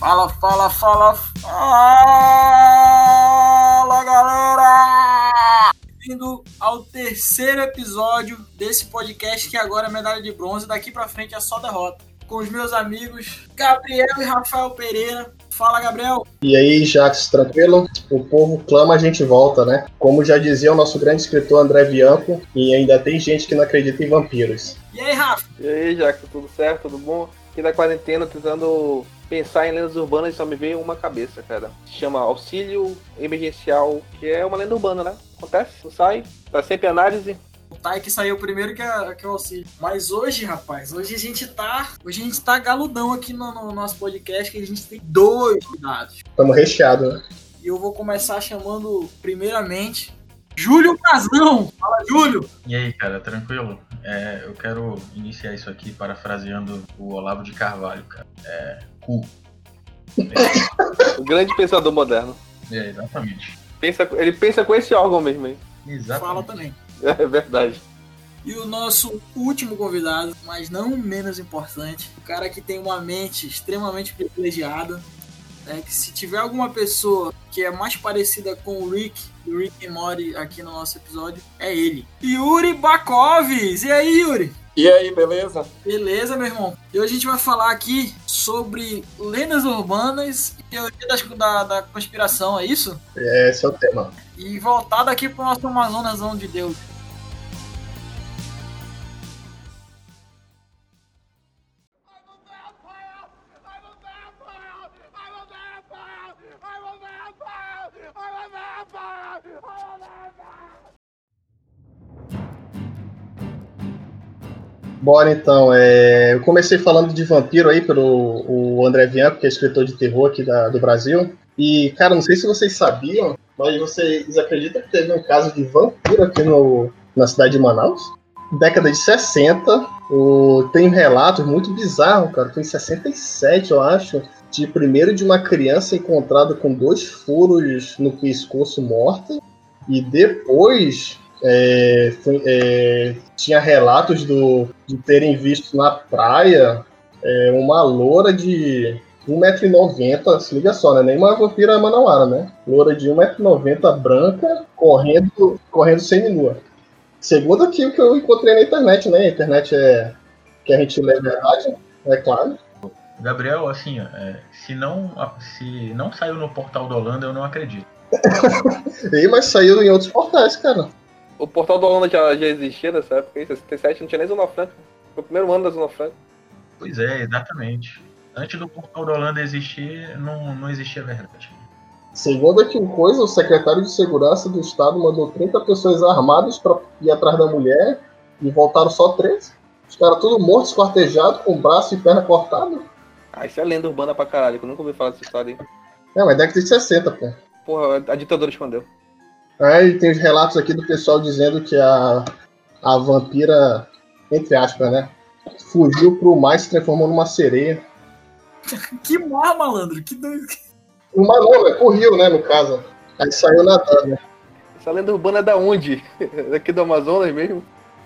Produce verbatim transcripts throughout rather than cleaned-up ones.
Fala, fala, fala, fala, galera! Bem-vindo ao terceiro episódio desse podcast que agora é medalha de bronze. Daqui pra frente é só derrota. Com os meus amigos Gabriel e Rafael Pereira. Fala, Gabriel! E aí, Jax, tranquilo? O povo clama, a gente volta, né? Como já dizia o nosso grande escritor André Bianco, e ainda tem gente que não acredita em vampiros. E aí, Rafa? E aí, Jax, tudo certo? Tudo bom? Aqui na quarentena, tentando pensar em lendas urbanas, só me veio uma cabeça, cara. Se chama Auxílio Emergencial, que é uma lenda urbana, né? Acontece, não sai, tá sempre em análise. O Tai que saiu primeiro que é, que é o Auxílio. Mas hoje, rapaz, hoje a gente tá. Hoje a gente tá galudão aqui no, no nosso podcast, que a gente tem dois convidados. Estamos recheados, né? E eu vou começar chamando, primeiramente, Júlio Casão. Fala, Júlio! E aí, cara, tranquilo? É, eu quero iniciar isso aqui parafraseando o Olavo de Carvalho, cara. É. Cu. O grande pensador moderno. É, exatamente. Pensa, ele pensa com esse órgão mesmo, hein? Exatamente. Fala também. É verdade. E o nosso último convidado, mas não menos importante, o cara que tem uma mente extremamente privilegiada, né, que se tiver alguma pessoa que é mais parecida com o Rick, do Rick and Morty aqui no nosso episódio, é ele. Yuri Bakoves! E aí, Yuri? E aí, beleza? Beleza, meu irmão. E hoje a gente vai falar aqui sobre lendas urbanas e teoria das, da, da conspiração, é isso? Esse é o tema. E voltado aqui pro nosso Amazonasão de Deus. Bora então, é... eu comecei falando de vampiro aí pelo o André Bianco, que é escritor de terror aqui da, do Brasil. E, cara, não sei se vocês sabiam, mas vocês acreditam que teve um caso de vampiro aqui no, na cidade de Manaus? Década de sessenta, o... tem relatos muito bizarros, cara. Foi em sessenta e sete, eu acho, de primeiro de uma criança encontrada com dois furos no pescoço morta. E depois... É, foi, é, tinha relatos do, de terem visto na praia é, uma loura de um metro e noventa, se liga só, né? Nem uma vampira manauara, né? Loura de um metro e noventa, branca, correndo, correndo seminua. Segundo aquilo que eu encontrei na internet, né? A internet é que a gente lê a verdade, é claro. Gabriel, assim, é, se, não, se não saiu no portal da Holanda, eu não acredito. E, mas saiu em outros portais, cara. O portal da Holanda já, já existia nessa época, em sessenta e sete não tinha nem Zona Franca. Foi o primeiro ano da Zona Franca. Pois é, exatamente. Antes do portal da Holanda existir, não, não existia verdade. Segundo aqui uma coisa, o secretário de Segurança do Estado mandou trinta pessoas armadas para ir atrás da mulher e voltaram só treze. Os caras tudo mortos, esquartejados, com braço e perna cortada. Ah, isso é lenda urbana pra caralho, que eu nunca ouvi falar dessa história aí. É, mas década de sessenta, pô. Porra, a ditadura escondeu. Aí tem os relatos aqui do pessoal dizendo que a, a vampira, entre aspas, né, fugiu pro mar e se transformou numa sereia. Que mar, malandro, que doido. Uma não, é pro rio, né, no caso. Aí saiu nadando. Essa lenda urbana é da onde? Daqui do Amazonas mesmo?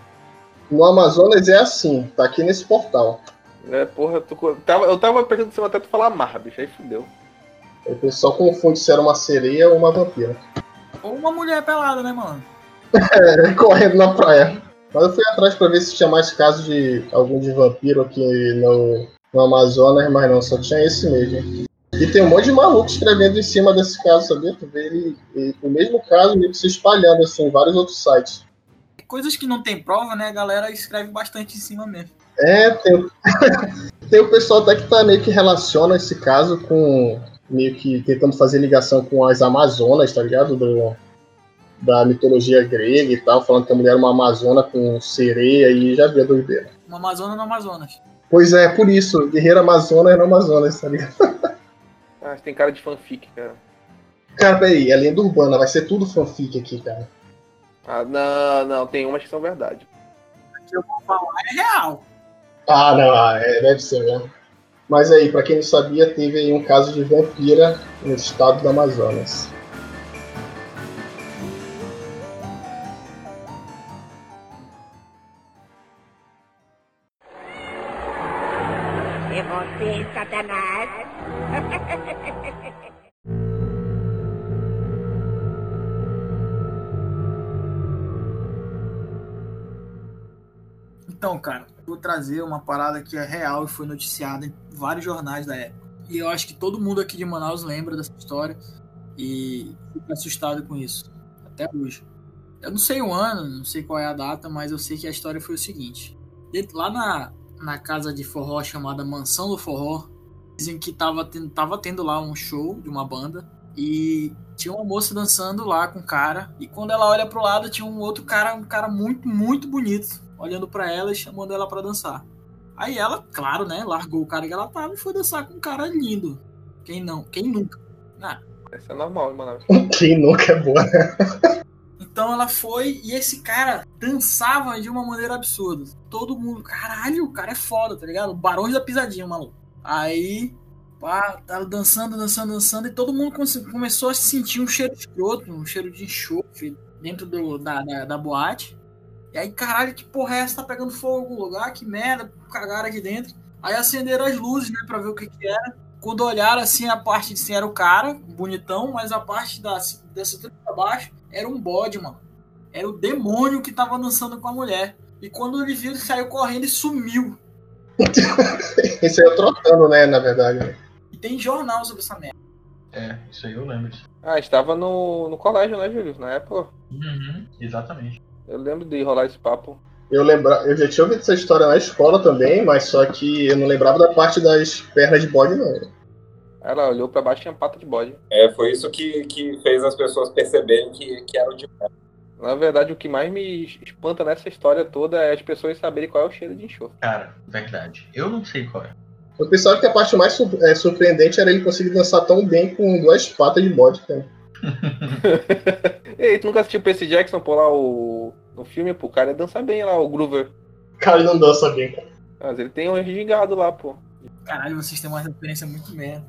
No Amazonas é assim, tá aqui nesse portal. É, porra, eu, tô, tava, eu tava pensando se eu até tu falar mar, bicho, aí fudeu. O pessoal confunde se era uma sereia ou uma vampira. Ou uma mulher pelada, né, mano? É, correndo na praia. Mas eu fui atrás pra ver se tinha mais casos de algum de vampiro aqui no, no Amazonas, mas não, só tinha esse mesmo. E tem um monte de maluco escrevendo em cima desse caso, sabia? Tu vê ele, ele, o mesmo caso meio que se espalhando assim, em vários outros sites. Coisas que não tem prova, né? A galera escreve bastante em cima mesmo. É, tem, tem o pessoal até que tá meio que relaciona esse caso com... meio que tentando fazer ligação com as Amazonas, tá ligado? Do, da mitologia grega e tal, falando que a mulher era uma amazona com sereia e já viu a doideira. Uma Amazona no Amazonas. Pois é, por isso, guerreira amazona é no Amazonas, tá ligado? Ah, você tem cara de fanfic, cara. Cara, peraí, é lenda urbana, vai ser tudo fanfic aqui, cara. Ah, não, não, tem umas que são verdade. O que eu vou falar é real. Ah, não, ah, é, deve ser mesmo. Mas aí, pra quem não sabia, teve aí um caso de vampira no estado do Amazonas. É você, Satanás? Então, cara, vou trazer uma parada que é real e foi noticiada em vários jornais da época. E eu acho que todo mundo aqui de Manaus lembra dessa história e fica assustado com isso, até hoje. Eu não sei o ano, não sei qual é a data, mas eu sei que a história foi o seguinte. Lá na, na casa de forró chamada Mansão do Forró, dizem que tava tendo, tava tendo lá um show de uma banda e tinha uma moça dançando lá com um cara, e quando ela olha pro lado tinha um outro cara, um cara muito, muito bonito, olhando pra ela e chamando ela pra dançar. Aí ela, claro, né, largou o cara que ela tava e foi dançar com um cara lindo. Quem não? Quem nunca? Ah. Isso é normal, mano. Quem nunca é boa, né? Então ela foi e esse cara dançava de uma maneira absurda. Todo mundo, caralho, o cara é foda, tá ligado? O Barões da Pisadinha, maluco. Aí, pá, tava dançando, dançando, dançando e todo mundo começou a sentir um cheiro escroto, um cheiro de enxofre dentro do, da, da, da boate. E aí, caralho, que porra é essa? Tá pegando fogo em algum lugar? Que merda, cagaram aqui dentro. Aí acenderam as luzes, né, pra ver o que que era. Quando olharam, assim, a parte de cima era o cara, bonitão, mas a parte da, dessa tudo pra baixo era um bode, mano. Era o demônio que tava dançando com a mulher. E quando ele viu, ele saiu correndo e sumiu. Esse aí eu trocando, né, na verdade. E tem jornal sobre essa merda. É, isso aí eu lembro. Ah, estava no, no colégio, né, Júlio? Na época. Uhum, exatamente. Eu lembro de rolar esse papo. Eu, lembra... eu já tinha ouvido essa história na escola também, mas só que eu não lembrava da parte das pernas de bode, não. Ela olhou pra baixo e tinha pata de bode. É, foi isso que, que fez as pessoas perceberem que, que era o de perna. Na verdade, o que mais me espanta nessa história toda é as pessoas saberem qual é o cheiro de enxofre. Cara, verdade. Eu não sei qual é. Eu pensava que a parte mais sur- é, surpreendente era ele conseguir dançar tão bem com duas patas de bode, cara. Ei, tu nunca assistiu Percy Jackson, pô, lá o... no filme, pô, o cara dança bem lá, o Groover. Cara, ele não dança bem, cara. Mas ele tem um gingado lá, pô. Caralho, vocês têm uma referência muito merda.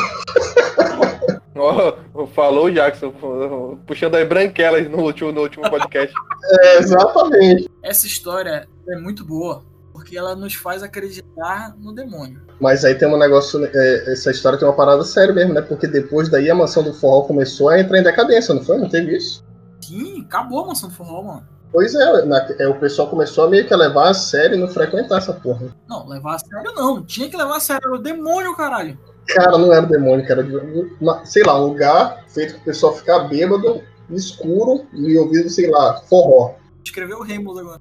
Oh, falou o Jackson, puxando as branquelas no último, no último podcast. É, exatamente. Essa história é muito boa, porque ela nos faz acreditar no demônio. Mas aí tem um negócio, é, essa história tem uma parada séria mesmo, né? Porque depois daí a Mansão do Forró começou a entrar em decadência, não foi? Não teve isso? Sim, acabou a Mansão do Forró, mano. Pois é, na, é, o pessoal começou a meio que a levar a sério e não frequentar essa porra. Não, levar a sério não, não tinha que levar a sério, era o demônio, caralho. Cara, não era demônio, cara. Uma, sei lá, um lugar feito pro pessoal ficar bêbado, escuro e ouvindo, sei lá, forró. Escreveu o Remus agora.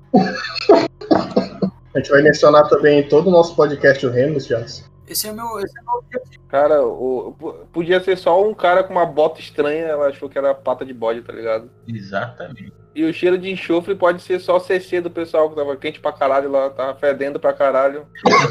A gente vai mencionar também em todo o nosso podcast o Remus, Jackson. Esse é meu, esse é meu objetivo. Cara, o, podia ser só um cara com uma bota estranha, ela achou que era pata de bode, tá ligado? Exatamente. E o cheiro de enxofre pode ser só o C C do pessoal que tava quente pra caralho lá, tava fedendo pra caralho.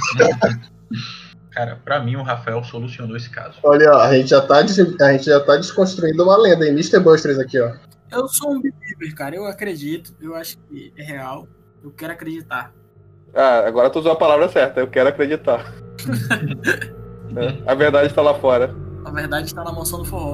Cara, pra mim o Rafael solucionou esse caso. Olha, ó, a gente já tá, des- a gente já tá desconstruindo uma lenda em mister Busters aqui, ó. Eu sou um believer, cara, eu acredito, eu acho que é real, eu quero acreditar. Ah, agora tu usou a palavra certa, eu quero acreditar. É, a verdade está lá fora. A verdade está na Mansão do Forró.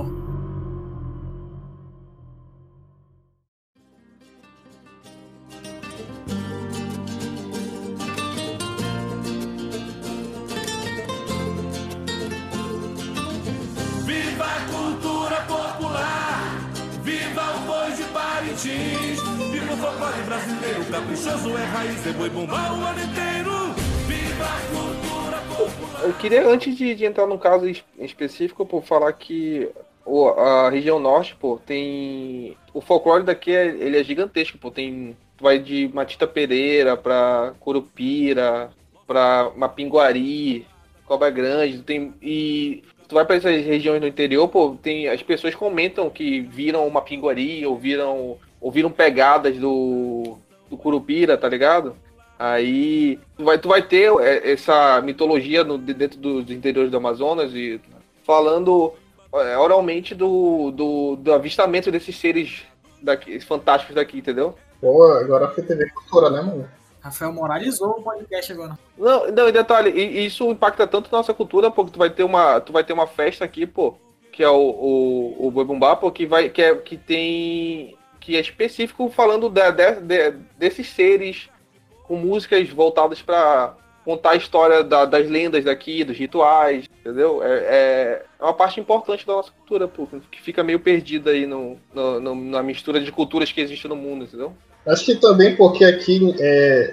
Viva a cultura popular! Viva o boi de Parintins! Viva o folclore brasileiro! Caprichoso é raiz, é boi bumbá o ano inteiro! Viva a cultura popular! Eu queria, antes de, de entrar num caso es- específico, pô, falar que o- a região norte, pô, tem... O folclore daqui, é, ele é gigantesco, pô. Tem... Vai de Matita Pereira pra Curupira, pra Mapinguari, Cobra Grande, tem... E... Tu vai para essas regiões do interior, pô, tem, as pessoas comentam que viram uma pinguari, ou viram, ou viram pegadas do, do Curupira, tá ligado? Aí tu vai, tu vai ter essa mitologia no, dentro dos interiores do Amazonas e falando é, oralmente do, do, do avistamento desses seres daqui, fantásticos daqui, entendeu? Pô, agora foi T V Cultura, né, mano? Rafael moralizou o podcast agora. Não, não, e detalhe, e- isso impacta tanto na nossa cultura, pô, que tu vai ter uma, tu vai ter uma festa aqui, pô, que é o, o, o Boi Bumbá, pô, que vai, que, é, que tem, que é específico falando da, de, de, desses seres com músicas voltadas pra contar a história da, das lendas daqui, dos rituais, entendeu? É, é, é uma parte importante da nossa cultura, pô, que fica meio perdida aí no, no, no, na mistura de culturas que existe no mundo, entendeu? Acho que também porque aqui, é,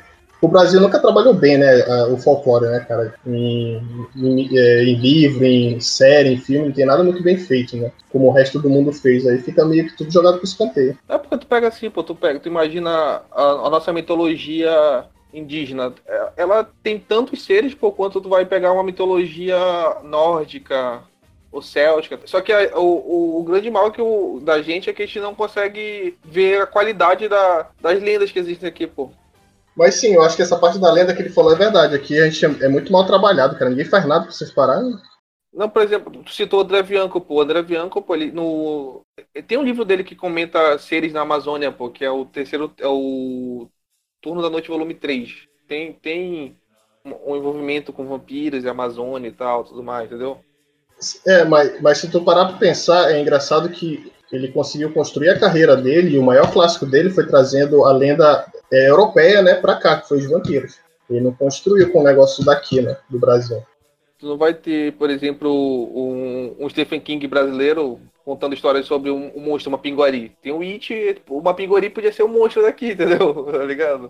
o Brasil nunca trabalhou bem, né, o folclore, né, cara, em, em, em livro, em série, em filme, não tem nada muito bem feito, né, como o resto do mundo fez, aí fica meio que tudo jogado pro escanteio. É porque tu pega assim, pô, tu pega, tu imagina a, a nossa mitologia indígena, ela tem tantos seres, pô, quanto tu vai pegar uma mitologia nórdica ou céltica, só que a, o, o grande mal que o, da gente é que a gente não consegue ver a qualidade da, das lendas que existem aqui, pô. Mas sim, eu acho que essa parte da lenda que ele falou é verdade. Aqui a gente é, é muito mal trabalhado, cara. Ninguém faz nada pra vocês pararem. Não, por exemplo, tu citou o André Bianco, pô. O André Bianco, pô, ele no... Tem um livro dele que comenta seres na Amazônia, pô, que é o terceiro... É o Turno da Noite, volume três. Tem, tem um envolvimento com vampiros e Amazônia e tal, tudo mais, entendeu? É, mas, mas se tu parar pra pensar, é engraçado que ele conseguiu construir a carreira dele e o maior clássico dele foi trazendo a lenda é, europeia, né, pra cá, que foi os vampiros. Ele não construiu com o negócio daqui, né, do Brasil. Tu não vai ter, por exemplo, um, um Stephen King brasileiro contando histórias sobre um, um monstro, uma pinguari. Tem um It, uma pinguari podia ser um monstro daqui, entendeu? Tá ligado?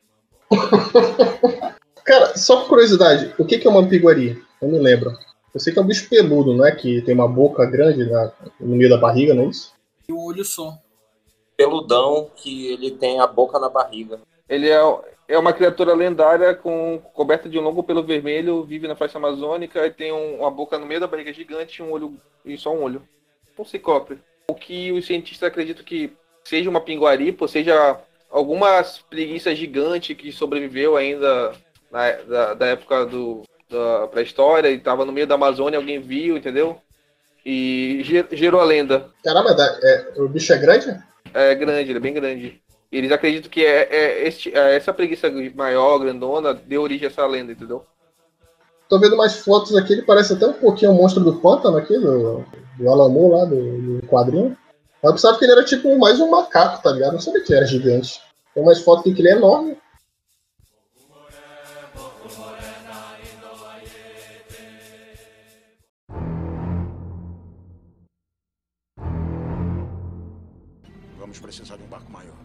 Cara, só por curiosidade, o que é uma pinguari? Eu não lembro. Eu sei que é um bicho peludo, não é? Que tem uma boca grande na, no meio da barriga, não é isso? E um olho só. Peludão, que ele tem a boca na barriga. Ele é, é uma criatura lendária com coberta de um longo pelo vermelho, vive na faixa amazônica e tem um, uma boca no meio da barriga gigante e um olho e só um olho. Um ciclope. O que os cientistas acreditam que seja uma pinguari, ou seja alguma preguiça gigante que sobreviveu ainda na, da, da época do, da pré-história e estava no meio da Amazônia, alguém viu, entendeu? E gerou a lenda. Caramba, é, o bicho é grande? É grande, ele é bem grande. Eles acreditam que é, é, este, é essa preguiça maior, grandona, deu origem a essa lenda, entendeu? Tô vendo mais fotos aqui, ele parece até um pouquinho o monstro do pântano aqui, do, do Alamo lá, do, do quadrinho. Eu pensava que ele era tipo mais um macaco, tá ligado? Não sabia que ele era gigante. Tem mais fotos aqui que ele é enorme. Vamos precisar de um barco maior.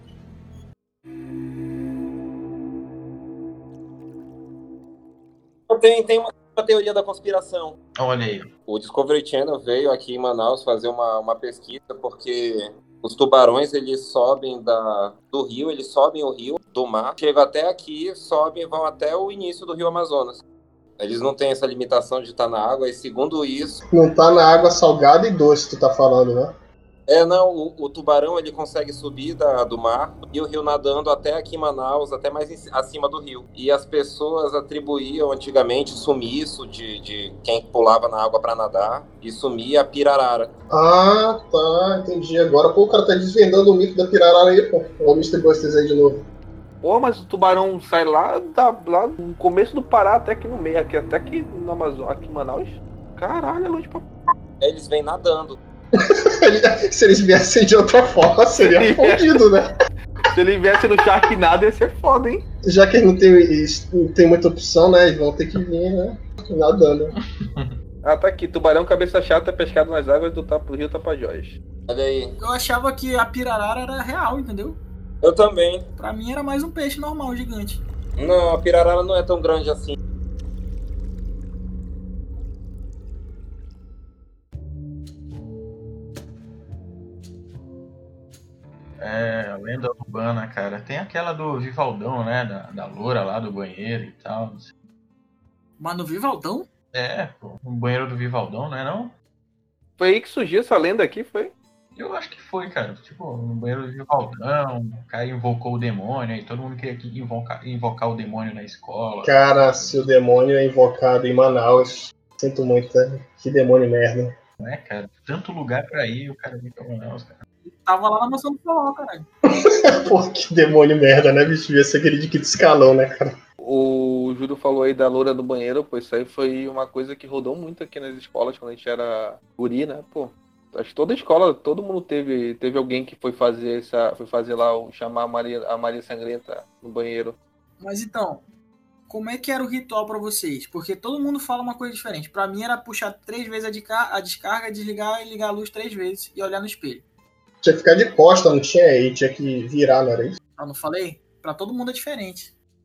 Tem, tem uma, uma teoria da conspiração. Olha aí. O Discovery Channel veio aqui em Manaus fazer uma, uma pesquisa porque os tubarões, eles sobem da, do rio, eles sobem o rio do mar, chegam até aqui, sobem e vão até o início do rio Amazonas. Eles não têm essa limitação de estar na água e segundo isso... Não tá na água salgada e doce, tu tá falando, né? É, não, o, o tubarão ele consegue subir da, do mar e o rio nadando até aqui em Manaus, até mais em, acima do rio. E as pessoas atribuíam antigamente o sumiço de, de quem pulava na água para nadar e sumia a pirarara. Ah, tá, entendi. Agora, pô, o cara tá desvendando o mito da pirarara aí, pô. Olha o mister Busters aí de novo. Pô, mas o tubarão sai lá, da, lá no começo do Pará até aqui no meio, aqui, até aqui no Amazonas, aqui em Manaus. Caralho, é longe pra... Eles vêm nadando. Se eles viessem de outra forma, seria fodido, né? Se ele viesse no Sharknado, ia ser foda, hein? Já que não tem, não tem muita opção, né? Eles vão ter que vir, né? Nadando. Ah, tá aqui. Tubarão cabeça chata pescado nas águas do, do rio Tapajós. Olha aí. Eu achava que a pirarara era real, entendeu? Eu também. Pra mim era mais um peixe normal, gigante. Não, a pirarara não é tão grande assim. É, lenda urbana, cara. Tem aquela do Vivaldão, né? Da, da loura lá do banheiro e tal. Mas no Vivaldão? É, pô. O banheiro do Vivaldão, não é não? Foi aí que surgiu essa lenda aqui, foi? Eu acho que foi, cara. Tipo, no banheiro do Vivaldão, o cara invocou o demônio e todo mundo queria invocar, invocar o demônio na escola. Cara, se o demônio é invocado em Manaus, sinto muito, né? Que demônio merda. Não é, cara? Tanto lugar pra ir, o cara vem pra Manaus, cara. Tava lá na mansão do forró, caralho. Pô, que demônio merda, né, bicho? Devia ser aquele de quinto escalão, né, cara? O Júlio falou aí da loura do banheiro, pô, isso aí foi uma coisa que rodou muito aqui nas escolas quando a gente era guri, né, pô. Acho que toda escola, todo mundo teve, teve alguém que foi fazer essa, foi fazer lá, chamar a Maria, a Maria Sangrenta no banheiro. Mas então, como é que era o ritual pra vocês? Porque todo mundo fala uma coisa diferente. Pra mim era puxar três vezes a, de a descarga, desligar e ligar a luz três vezes e olhar no espelho. Tinha que ficar de costa, não tinha? E tinha que virar, não era isso? Eu não falei? Pra todo mundo é diferente.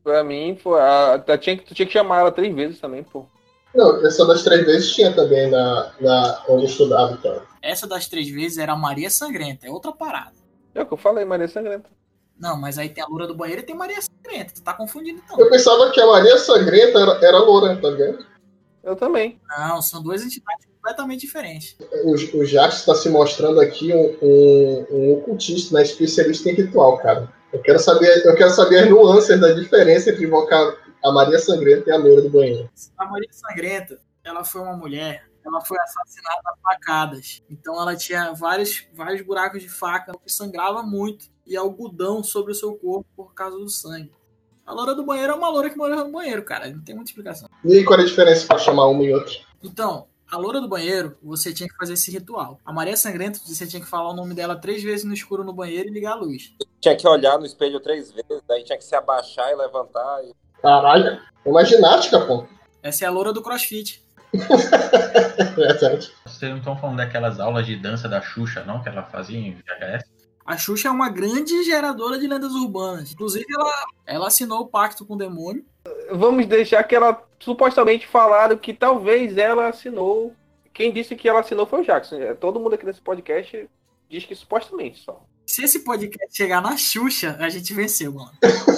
Pra mim, foi. A, a, tinha, que- tu tinha que chamar ela três vezes também, pô. Não, essa das três vezes tinha também na, na onde eu estudava, então. Essa das três vezes era a Maria Sangrenta, é outra parada. É o que eu falei, Maria Sangrenta. Não, mas aí tem a loura do banheiro e tem Maria Sangrenta. Tu tá confundindo então. Eu pensava que a Maria Sangrenta era, era loura, tá ligado? Eu também. Não, são duas entidades completamente diferentes. O, o Jax está se mostrando aqui um, um, um ocultista, né, especialista em ritual, cara. Eu quero saber, eu quero saber as nuances da diferença entre invocar a Maria Sangrenta e a loura do banheiro. A Maria Sangrenta, ela foi uma mulher, ela foi assassinada a facadas. Então ela tinha vários, vários buracos de faca que sangrava muito e algodão sobre o seu corpo por causa do sangue. A loura do banheiro é uma loura que morreu no banheiro, cara. Não tem muita explicação. E aí, qual é a diferença para chamar uma e outra? Então, a loura do banheiro, você tinha que fazer esse ritual. A Maria Sangrenta, você tinha que falar o nome dela três vezes no escuro no banheiro e ligar a luz. Tinha que olhar no espelho três vezes, daí tinha que se abaixar e levantar. E... Caralho, é uma ginástica, pô. Essa é a loura do CrossFit. Verdade. Vocês não estão falando daquelas aulas de dança da Xuxa, não? Que ela fazia em V H S? A Xuxa é uma grande geradora de lendas urbanas. Inclusive, ela, ela assinou o pacto com o demônio. Vamos deixar que ela supostamente falaram que talvez ela assinou. Quem disse que ela assinou foi o Jackson. Todo mundo aqui nesse podcast diz que supostamente só. Se esse podcast chegar na Xuxa, a gente venceu, mano.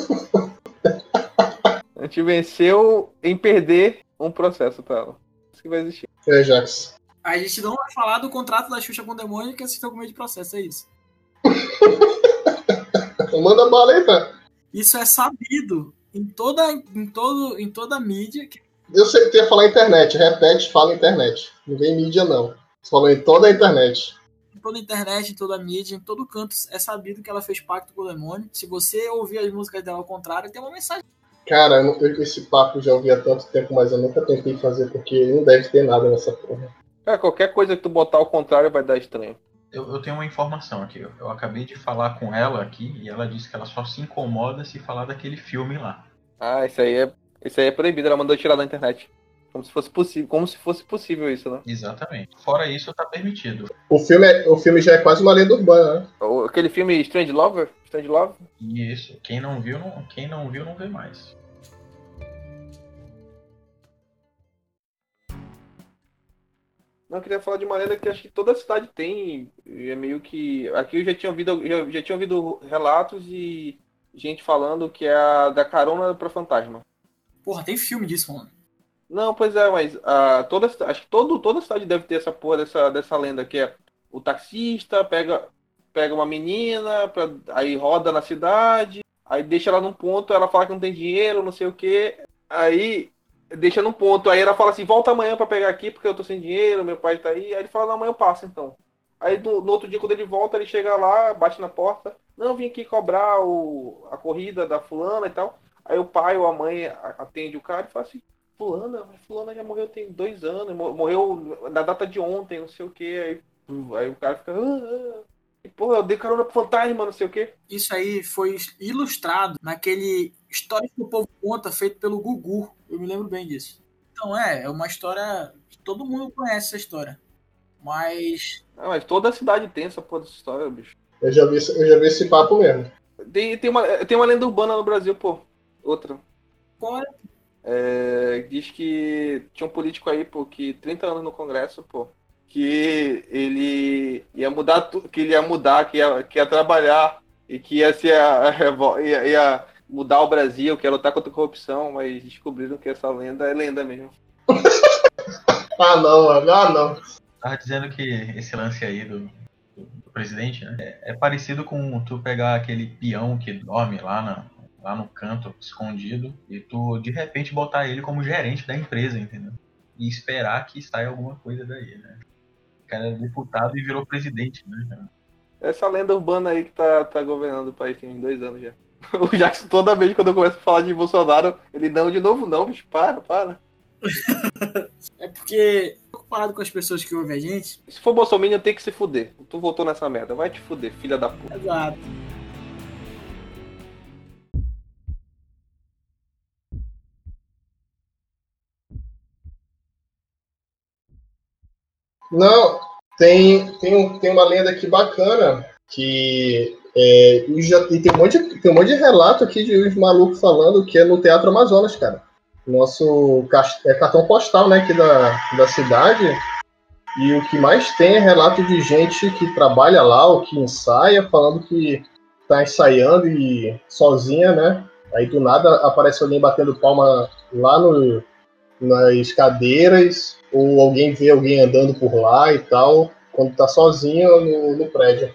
A gente venceu em perder um processo pra ela. Isso que vai existir. É, Jax. A gente não vai falar do contrato da Xuxa com o demônio, que assistiu com meio de processo, é isso. Manda bala aí, tá? Isso é sabido em toda, em todo, em toda a mídia. Que... Eu sei que tu ia falar internet. Repete, fala internet. Não vem mídia, não. Você falou em toda a internet. Em toda a internet, em toda a mídia, em todo canto, é sabido que ela fez pacto com o demônio. Se você ouvir as músicas dela ao contrário, tem uma mensagem. Cara, eu, não- eu- esse papo já ouvi há tanto tempo, mas eu nunca tentei fazer, porque não deve ter nada nessa porra. Cara, qualquer coisa que tu botar ao contrário vai dar estranho. Eu, eu tenho uma informação aqui. Eu, eu acabei de falar com ela aqui e ela disse que ela só se incomoda se falar daquele filme lá. Ah, isso aí é, isso aí é proibido. Ela mandou tirar da internet. Como se fosse possível, como se fosse possível isso, né? Exatamente. Fora isso, tá permitido. O filme, é- o filme já é quase uma lenda urbana, né? O- Aquele filme Strange Lover? Strange Love? E isso, quem não viu, não, quem não viu, não vê mais. Não, eu queria falar de uma lenda que acho que toda cidade tem. E é meio que. Aqui eu já tinha ouvido, já, já tinha ouvido relatos e gente falando que é a da carona pra fantasma. Porra, tem filme disso, mano. Não, pois é, mas ah, toda, acho que todo, toda cidade deve ter essa porra dessa, dessa lenda que é o taxista pega, pega uma menina, pra, aí roda na cidade, aí deixa ela num ponto, ela fala que não tem dinheiro, não sei o que, aí deixa num ponto, aí ela fala assim, volta amanhã pra pegar aqui porque eu tô sem dinheiro, meu pai tá aí, aí ele fala, não, amanhã eu passo então. Aí no, no outro dia quando ele volta, ele chega lá, bate na porta, não, vim aqui cobrar o, a corrida da fulana e tal, aí o pai ou a mãe a- atende o cara e fala assim, fulana, mas fulana já morreu tem dois anos, mo- morreu na data de ontem, não sei o que, aí, aí o cara fica, ah, ah. E, porra, eu dei carona pro fantasma, não sei o que. Isso aí foi ilustrado naquele História que o Povo Conta, feito pelo Gugu. Eu me lembro bem disso. Então é, é uma história que todo mundo conhece essa história. Mas Ah, mas toda a cidade tem essa porra dessa história, bicho. Eu já vi, esse- eu já vi esse papo mesmo. Tem, tem, uma, tem uma lenda urbana no Brasil, pô. Outra. qual é? É, diz que tinha um político aí, pô, que trinta anos no Congresso, pô, que ele ia mudar tudo, que ele ia mudar, que ia, que ia trabalhar e que ia ser a, a revol- ia, ia mudar o Brasil, que ia lutar contra a corrupção, mas descobriram que essa lenda é lenda mesmo. Ah, não, mano. Ah, não. Tava dizendo que esse lance aí do, do- do presidente, né? É, é parecido com tu pegar aquele peão que dorme lá, na, lá no canto, escondido, e tu de repente botar ele como gerente da empresa, entendeu? E esperar que saia alguma coisa daí, né? O cara era deputado e virou presidente, né? cara? Essa lenda urbana aí que tá, tá governando o país tem dois anos já. O Jackson, toda vez quando eu começo a falar de Bolsonaro, ele não, de novo não, bicho, para, para. É porque tô preocupado com as pessoas que ouvem a gente. Se for Bolsonaro, tem que se fuder. Tu votou nessa merda, vai te fuder, filha da puta. Exato. Não, tem, tem, um- tem uma lenda aqui bacana que É, e, já, e tem, um monte de, tem um monte de relato aqui de uns malucos falando que é no Teatro Amazonas, cara. Nosso é cartão postal, né, aqui da, da cidade. E o que mais tem é relato de gente que trabalha lá ou que ensaia, falando que tá ensaiando e sozinha, né? Aí do nada aparece alguém batendo palma lá no, nas cadeiras, ou alguém vê alguém andando por lá e tal, quando tá sozinho no, no prédio.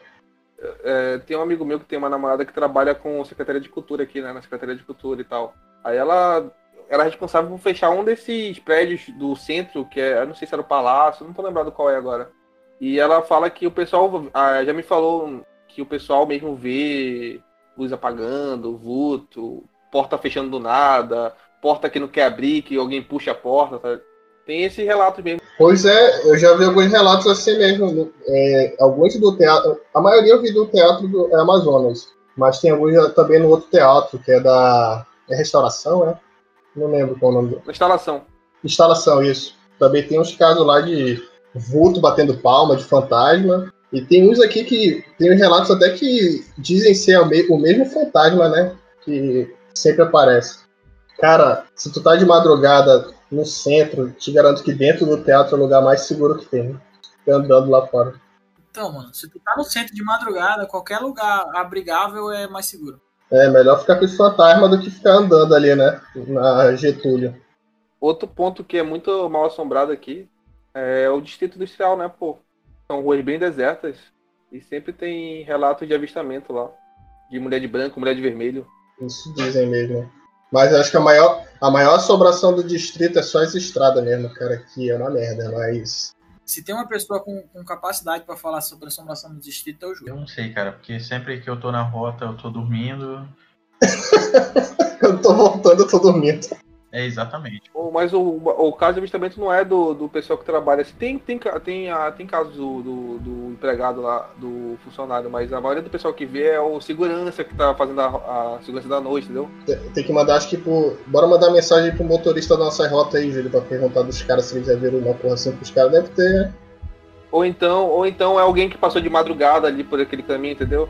É, tem um amigo meu que tem uma namorada que trabalha com Secretaria de Cultura aqui, né? Na Secretaria de Cultura e tal. Aí ela era responsável por fechar um desses prédios do centro, que é, eu não sei se era o Palácio, não tô lembrado qual é agora. E ela fala que o pessoal, ah, já me falou que o pessoal mesmo vê luz apagando, vulto, porta fechando do nada, porta que não quer abrir, que alguém puxa a porta, tá? Tem esse relato mesmo. Pois é, eu já vi alguns relatos assim mesmo. É, alguns do teatro, a maioria eu vi do teatro do Amazonas, mas tem alguns também no outro teatro, que é da é restauração, né? Não lembro qual é o nome. Instalação. Instalação, isso. Também tem uns casos lá de vulto batendo palma, de fantasma. E tem uns aqui que tem uns relatos até que dizem ser o mesmo fantasma, né? Que sempre aparece. Cara, se tu tá de madrugada no centro, te garanto que dentro do teatro é o lugar mais seguro que tem. Andando lá fora. Então, mano, se tu tá no centro de madrugada, qualquer lugar abrigável é mais seguro. É, melhor ficar com esse fantasma do que ficar andando ali, né? Na Getúlio. Outro ponto que é muito mal assombrado aqui é o Distrito Industrial, né, pô? São ruas bem desertas e sempre tem relatos de avistamento lá. De mulher de branco, mulher de vermelho. Isso dizem mesmo. Mas eu acho que a maior, a maior assombração do distrito é só as estradas mesmo, cara, que é uma merda, mas... Se tem uma pessoa com, com capacidade pra falar sobre a assombração do distrito, é o Júlio. Eu não sei, cara, porque sempre que eu tô na rota, eu tô dormindo. Eu tô voltando, eu tô dormindo. É, exatamente. Mas o, o caso de avistamento não é do, do pessoal que trabalha. Tem, tem, tem, a, tem casos do, do, do empregado lá, do funcionário, mas a maioria do pessoal que vê é o segurança que tá fazendo a, a segurança da noite, entendeu? Tem que mandar, acho que pro... Bora mandar mensagem pro motorista da nossa rota aí, Júlio, pra perguntar dos caras se eles já viram uma porra assim pros caras. Deve ter, né? Ou então, ou então é alguém que passou de madrugada ali por aquele caminho, entendeu?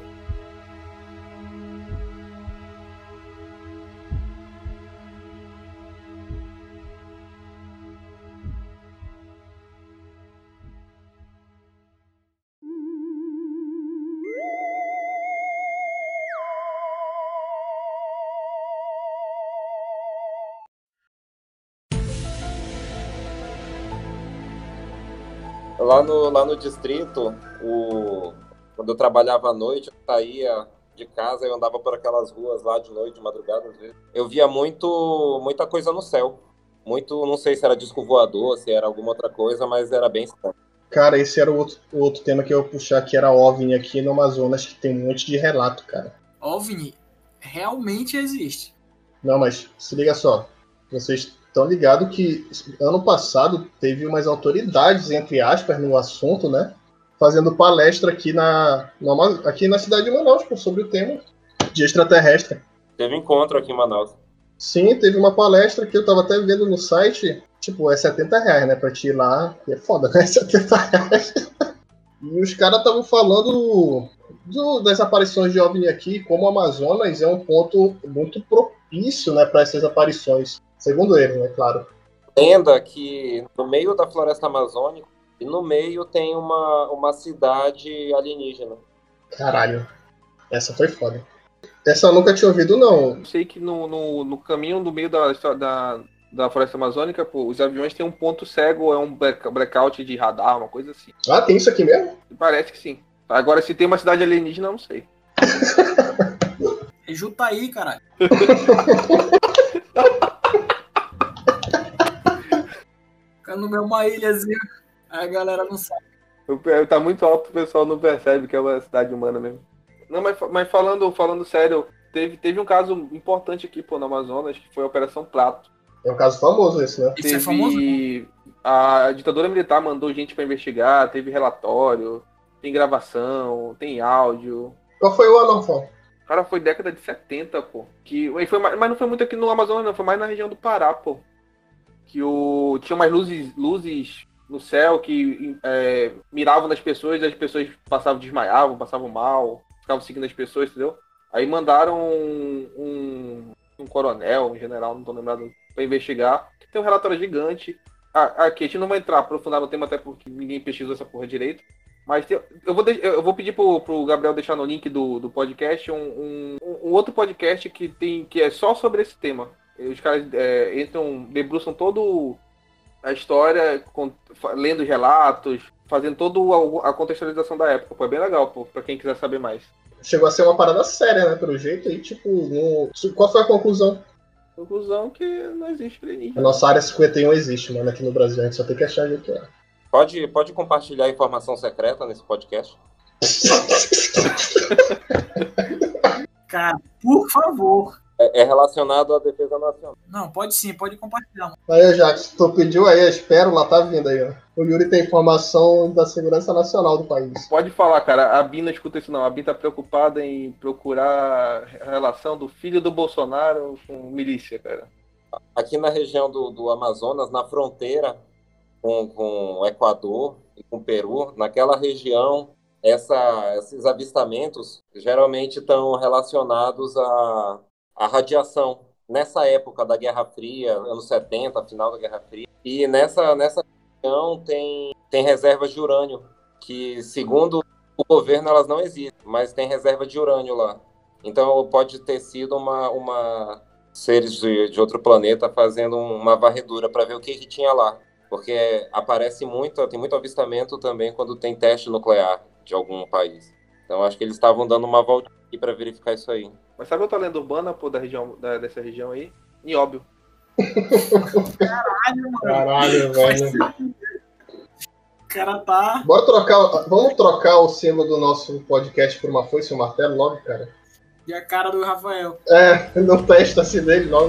Lá no, lá no distrito, o, quando eu trabalhava à noite, eu saía de casa, eu andava por aquelas ruas lá de noite, de madrugada, às vezes. Eu via muito, muita coisa no céu. Muito, não sei se era disco voador, se era alguma outra coisa, mas era bem estranho. Cara, esse era o outro, o outro tema que eu ia puxar, que era OVNI aqui no Amazonas, que tem um monte de relato, cara. OVNI realmente existe. Não, mas se liga só. Vocês estão ligados que ano passado teve umas autoridades, entre aspas, no assunto, né? Fazendo palestra aqui na, no, aqui na cidade de Manaus, sobre o tema de extraterrestre. Teve encontro aqui em Manaus. Sim, teve uma palestra que eu tava até vendo no site. Tipo, é setenta reais, né? Pra te ir lá. E é foda, né? setenta reais. E os caras estavam falando do, das aparições de OVNI aqui, como o Amazonas é um ponto muito propício, né, para essas aparições. Segundo ele, né, claro. Lenda que no meio da floresta amazônica, e no meio tem uma, uma cidade alienígena. Caralho, essa foi foda. Essa eu nunca tinha ouvido, não. Eu sei que no, no, no caminho do meio da, da, da floresta amazônica, pô, os aviões têm um ponto cego, é um blackout de radar, uma coisa assim. Ah, tem isso aqui mesmo? Parece que sim. Agora, se tem uma cidade alienígena, eu não sei. É Jutaí, caralho. Fica no meio uma ilhazinha, aí a galera não sabe. Tá muito alto, o pessoal não percebe que é uma cidade humana mesmo. Não, mas, mas falando, falando sério, teve, teve um caso importante aqui, pô, no Amazonas, que foi a Operação Prato. É um caso famoso esse, né? Isso Teve, é famoso? a ditadura militar mandou gente pra investigar, teve relatório, tem gravação, tem áudio. Qual foi o ano, Rafael? Cara, foi década de setenta, pô. Que, e foi, mas não foi muito aqui no Amazonas, não, foi mais na região do Pará, pô. Que o, tinha umas luzes, luzes no céu que é, miravam nas pessoas e as pessoas passavam, desmaiavam, passavam mal. ficavam seguindo as pessoas, entendeu? Aí mandaram um, um, um coronel, um general, não tô lembrado, pra investigar. Tem um relatório gigante. Ah, aqui a gente não vai entrar aprofundar no tema, até porque ninguém pesquisou essa porra direito. Mas tem, eu, vou de, eu vou pedir pro, pro Gabriel deixar no link do, do podcast um, um, um outro podcast que, tem, que é só sobre esse tema. Os caras é, entram, debruçam todo a história, com, lendo os relatos, fazendo toda a contextualização da época. Pô, é bem legal, pô, pra quem quiser saber mais. Chegou a ser uma parada séria, né, pelo jeito. E, tipo, no... qual foi a conclusão? Conclusão que não existe alienígena. A nossa área cinquenta e um existe, mano, aqui no Brasil. A gente só tem que achar o que é. Pode, pode compartilhar informação secreta nesse podcast? Cara, por favor. É, é relacionado à defesa nacional. Não, pode sim, pode compartilhar. Mano. Aí, Jacques, tu pediu aí, espero, lá tá vindo aí, ó. O Yuri tem informação da segurança nacional do país. Pode falar, cara. A Bim não escuta isso, não. A Bim tá preocupada em procurar a relação do filho do Bolsonaro com milícia, cara. Aqui na região do, do Amazonas, na fronteira com, com o Equador e com o Peru, naquela região, essa, esses avistamentos geralmente estão relacionados à, à radiação. Nessa época da Guerra Fria, anos setenta, final da Guerra Fria, e nessa, nessa região tem, tem reservas de urânio, que segundo o governo elas não existem, mas tem reserva de urânio lá. Então pode ter sido uma, uma seres de, de outro planeta fazendo uma varredura para ver o que, que tinha lá. Porque aparece muito, tem muito avistamento também quando tem teste nuclear de algum país. Então acho que eles estavam dando uma volta aqui para verificar isso aí. Mas sabe outra lenda urbana, pô, da região, da, dessa região aí? Nióbio. Caralho, mano. Caralho, velho. O cara tá... Bora trocar, vamos trocar o símbolo do nosso podcast por uma foice e um martelo logo, cara? E a cara do Rafael. É, não testa assim dele logo.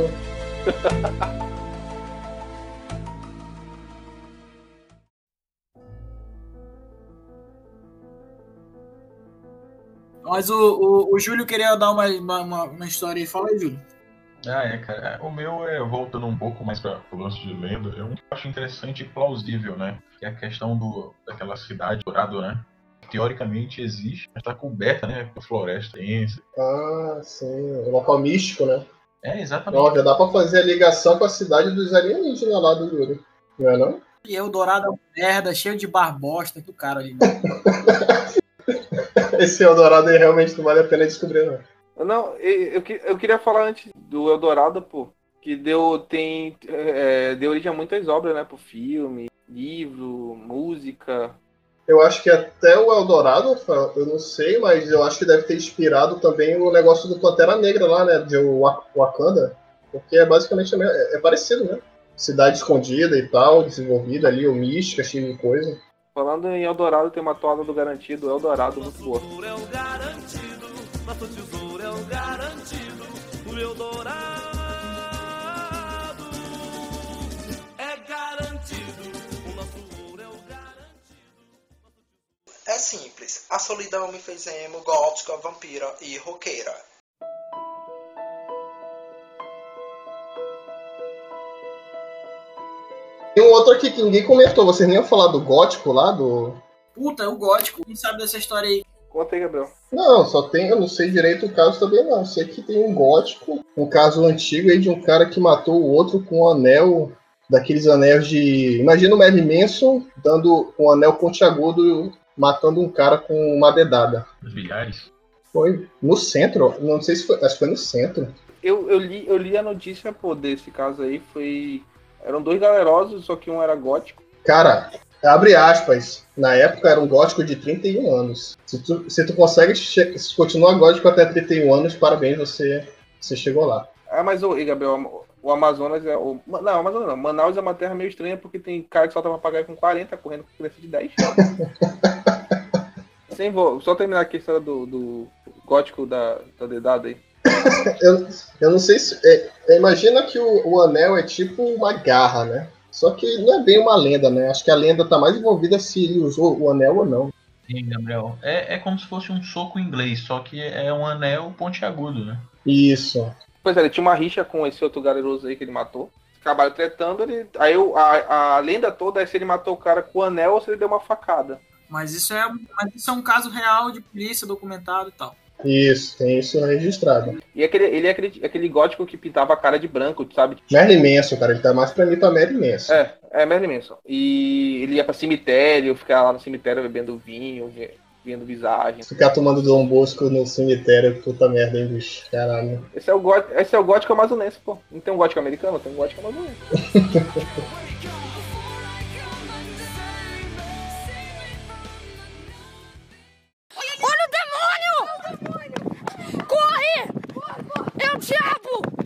Mas o, o, o Júlio queria dar uma, uma, uma história aí. Fala aí, Júlio. Ah, é, cara. O meu é, voltando um pouco mais para o lance de lenda, é um que eu acho interessante e plausível, né? Que é a questão do, daquela cidade Dourado, né? Que teoricamente existe, mas está coberta, né? Por floresta densa. Ah, sim. Um local místico, né? É, exatamente. Ó, já dá pra fazer a ligação com a cidade dos alienígenas lá do Yuri. Não é não? E Eldorado é uma merda, cheio de barbosta que o cara ali. Né? Esse Eldorado aí realmente não vale a pena descobrir, não. Não, eu, eu, eu queria falar antes do Eldorado, pô, que deu, tem, é, deu origem a muitas obras, né, pô, filme, livro, música. Eu acho que até o Eldorado, eu não sei, mas eu acho que deve ter inspirado também o negócio do Pantera Negra lá, né, de Wakanda, porque é basicamente é, é parecido, né? Cidade escondida e tal, desenvolvida ali, o mística, cheio de coisa. Falando em Eldorado, tem uma toada do Garantido, Eldorado, muito boa. É o garantido, nosso tesouro é o garantido, o Eldorado é garantido, o nosso ouro é o garantido. É simples, a solidão me fez emo, gótica, vampira e roqueira. Tem um outro aqui que ninguém comentou, vocês nem iam falar do gótico lá, do... Puta, é o gótico. Quem sabe dessa história aí? Conta aí, Gabriel. Não, só tem, eu não sei direito o caso também não, sei que tem um gótico, um caso antigo aí de um cara que matou o outro com um anel, daqueles anéis de... Imagina o Merlin Manson dando um anel pontiagudo, matando um cara com uma dedada. Os bilhares. Foi no centro, não sei se foi, acho que foi no centro. Eu, eu, li, eu li a notícia, pô, desse caso aí, foi... Eram dois galerosos, só que um era gótico. Cara, abre aspas, na época era um gótico de trinta e um anos. Se tu, se tu consegue che- se continuar gótico até trinta e um anos, parabéns, você, você chegou lá. Ah, mas, ô, e Gabriel, o Amazonas é... O, não, o Amazonas não. Manaus é uma terra meio estranha, porque tem cara que solta papagaio com quarenta, correndo com criança de dez. Sem vou, só terminar aqui a história do, do gótico da, da dedada aí. eu, eu não sei se... É, imagina que o, o anel é tipo uma garra, né? Só que não é bem uma lenda, né? Acho que a lenda tá mais envolvida se ele usou o anel ou não. Sim, Gabriel. É, é como se fosse um soco inglês, só que é um anel pontiagudo, né? Isso. Pois é, ele tinha uma rixa com esse outro galeroso aí que ele matou. Acabaram tretando, ele... aí o, a, a lenda toda é se ele matou o cara com o anel ou se ele deu uma facada. Mas isso é, mas isso é um caso real de polícia, documentado e tal. Isso, tem isso registrado. E aquele, ele é aquele, aquele gótico que pintava a cara de branco, sabe? Merlin Manson, cara, ele tá mais pra mim pra Merlin Manson. É, é Merlin Manson. E ele ia pra cemitério, ficar lá no cemitério bebendo vinho, vendo visagem. Ficar tomando Dom Bosco no cemitério, puta merda, hein, bicho? Caralho. Esse é o gótico, esse é o gótico amazonense, pô. Não tem um gótico americano? Tem um gótico amazonense. Olha o demônio! Corre! É o diabo!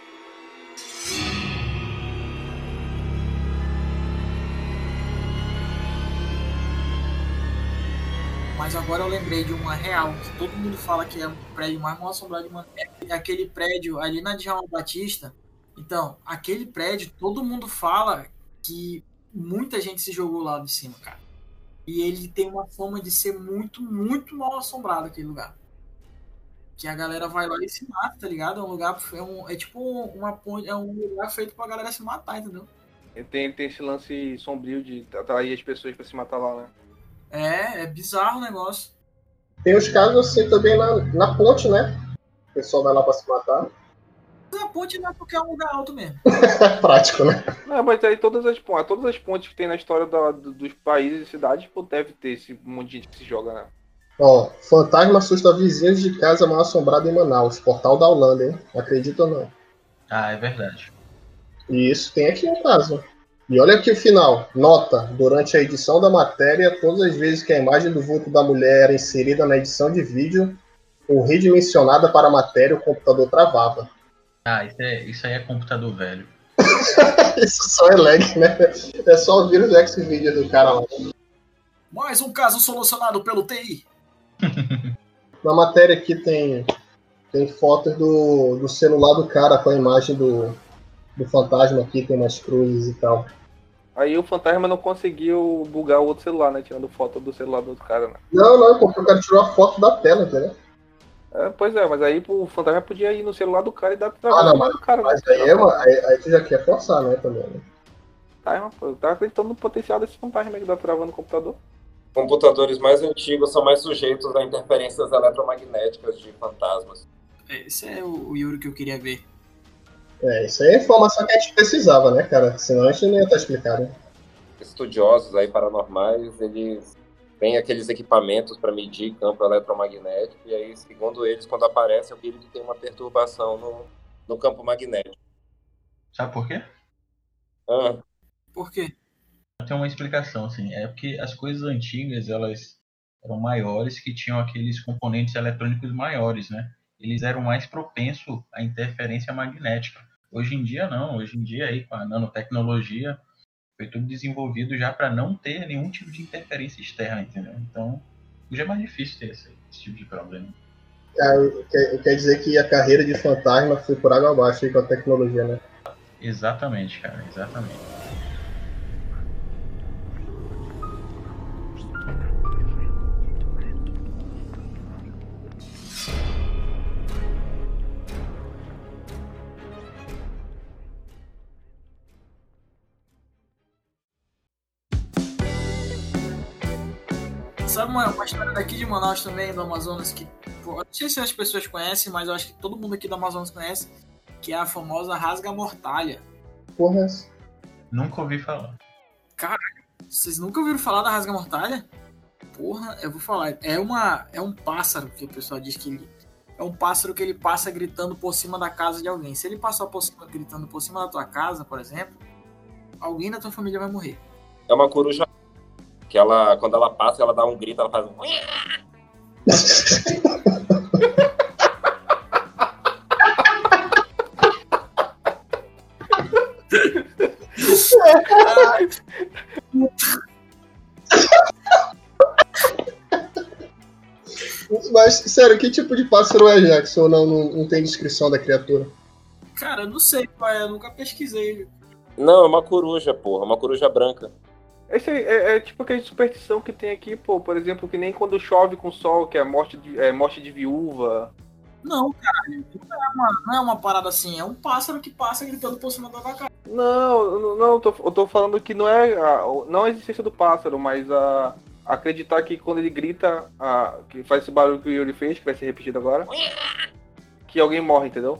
Mas agora eu lembrei de uma real, que todo mundo fala que é o prédio mais mal assombrado de Manhattan. É aquele prédio ali na Djalma Batista. Então, aquele prédio, todo mundo fala que muita gente se jogou lá de cima, cara. E ele tem uma fama de ser muito, muito mal assombrado aquele lugar. Que a galera vai lá e se mata, tá ligado? É um lugar, é, um, é tipo uma ponte, é um lugar feito pra galera se matar, entendeu? Tem, tem esse lance sombrio de atrair as pessoas pra se matar lá, né? É, é bizarro o negócio. Tem os casos assim também na, na ponte, né? O pessoal vai lá pra se matar. Mas a ponte não é porque é um lugar alto mesmo. É prático, né? Não, mas aí todas as pontes, todas as pontes que tem na história da, dos países e cidades, pô, deve ter esse monte de gente que se joga, né? Ó, fantasma assusta vizinhos de casa mal assombrada em Manaus. Portal da Holanda, hein? Acredita ou não? Ah, é verdade. E isso tem aqui um caso. E olha aqui o final. Nota. Durante a edição da matéria, todas as vezes que a imagem do vulto da mulher era inserida na edição de vídeo ou redimensionada para a matéria, o computador travava. Ah, isso, é, isso aí é computador velho. Isso só é lag, né? É só o vírus do Xvideo do cara lá. Mais um caso solucionado pelo T I. Na matéria aqui tem, tem fotos do, do celular do cara com a imagem do, do fantasma aqui, tem umas cruzes e tal. Aí o fantasma não conseguiu bugar o outro celular, né? Tirando foto do celular do outro cara, né? Não, não, porque o cara tirou a foto da tela, entendeu? É, pois é, mas aí o fantasma podia ir no celular do cara e dar Ah, trabalho não, mas, do cara. mas né? aí, é uma, aí, aí tu já quer forçar, né, também, né? Tá, pô, eu tava acreditando no potencial desse fantasma aí que dá travando o computador. Computadores mais antigos são mais sujeitos a interferências eletromagnéticas de fantasmas. Esse é o, o Yuri que eu queria ver. É, isso aí é informação que a gente precisava, né, cara? Senão a gente não ia estar explicado. Né? Estudiosos aí paranormais, eles têm aqueles equipamentos para medir campo eletromagnético e aí, segundo eles, quando aparece, é o que tem uma perturbação no, no campo magnético. Sabe por quê? Ah, Por quê? Tem uma explicação, assim. É porque as coisas antigas, elas eram maiores, que tinham aqueles componentes eletrônicos maiores, né? Eles eram mais propensos à interferência magnética. Hoje em dia, não. Hoje em dia, aí, com a nanotecnologia, foi tudo desenvolvido já para não ter nenhum tipo de interferência externa, entendeu? Então, hoje é mais difícil ter esse, esse tipo de problema. Quer, quer dizer que a carreira de fantasma foi por água abaixo aí com a tecnologia, né? Exatamente, cara. Exatamente. Sabe uma, uma história daqui de Manaus também, do Amazonas, que pô, não sei se as pessoas conhecem, mas eu acho que todo mundo aqui do Amazonas conhece, que é a famosa rasga-mortalha. Porra, essa. Nunca ouvi falar. Cara, vocês nunca ouviram falar da rasga-mortalha? Porra, eu vou falar. É, uma, é um pássaro que o pessoal diz que ele... É um pássaro que ele passa gritando por cima da casa de alguém. Se ele passar por cima, gritando por cima da tua casa, por exemplo, alguém da tua família vai morrer. é uma coruja que ela, quando ela passa, ela dá um grito, ela faz um... Mas, sério, que tipo de pássaro é, Jackson? Ou não, não, não tem descrição da criatura? Cara, eu não sei, pai, eu nunca pesquisei. Não, é uma coruja, porra, uma coruja branca. Esse é, é, é tipo aquela superstição que tem aqui, pô, por exemplo, que nem quando chove com sol, que é morte de, é, morte de viúva. Não, cara, não é, uma, não é uma parada assim, é um pássaro que passa gritando por cima da tua casa. Não, não, não eu, tô, eu tô falando que não é a, não a existência do pássaro, mas a, acreditar que quando ele grita, a, que faz esse barulho que o Yuri fez, que vai ser repetido agora, que alguém morre, entendeu?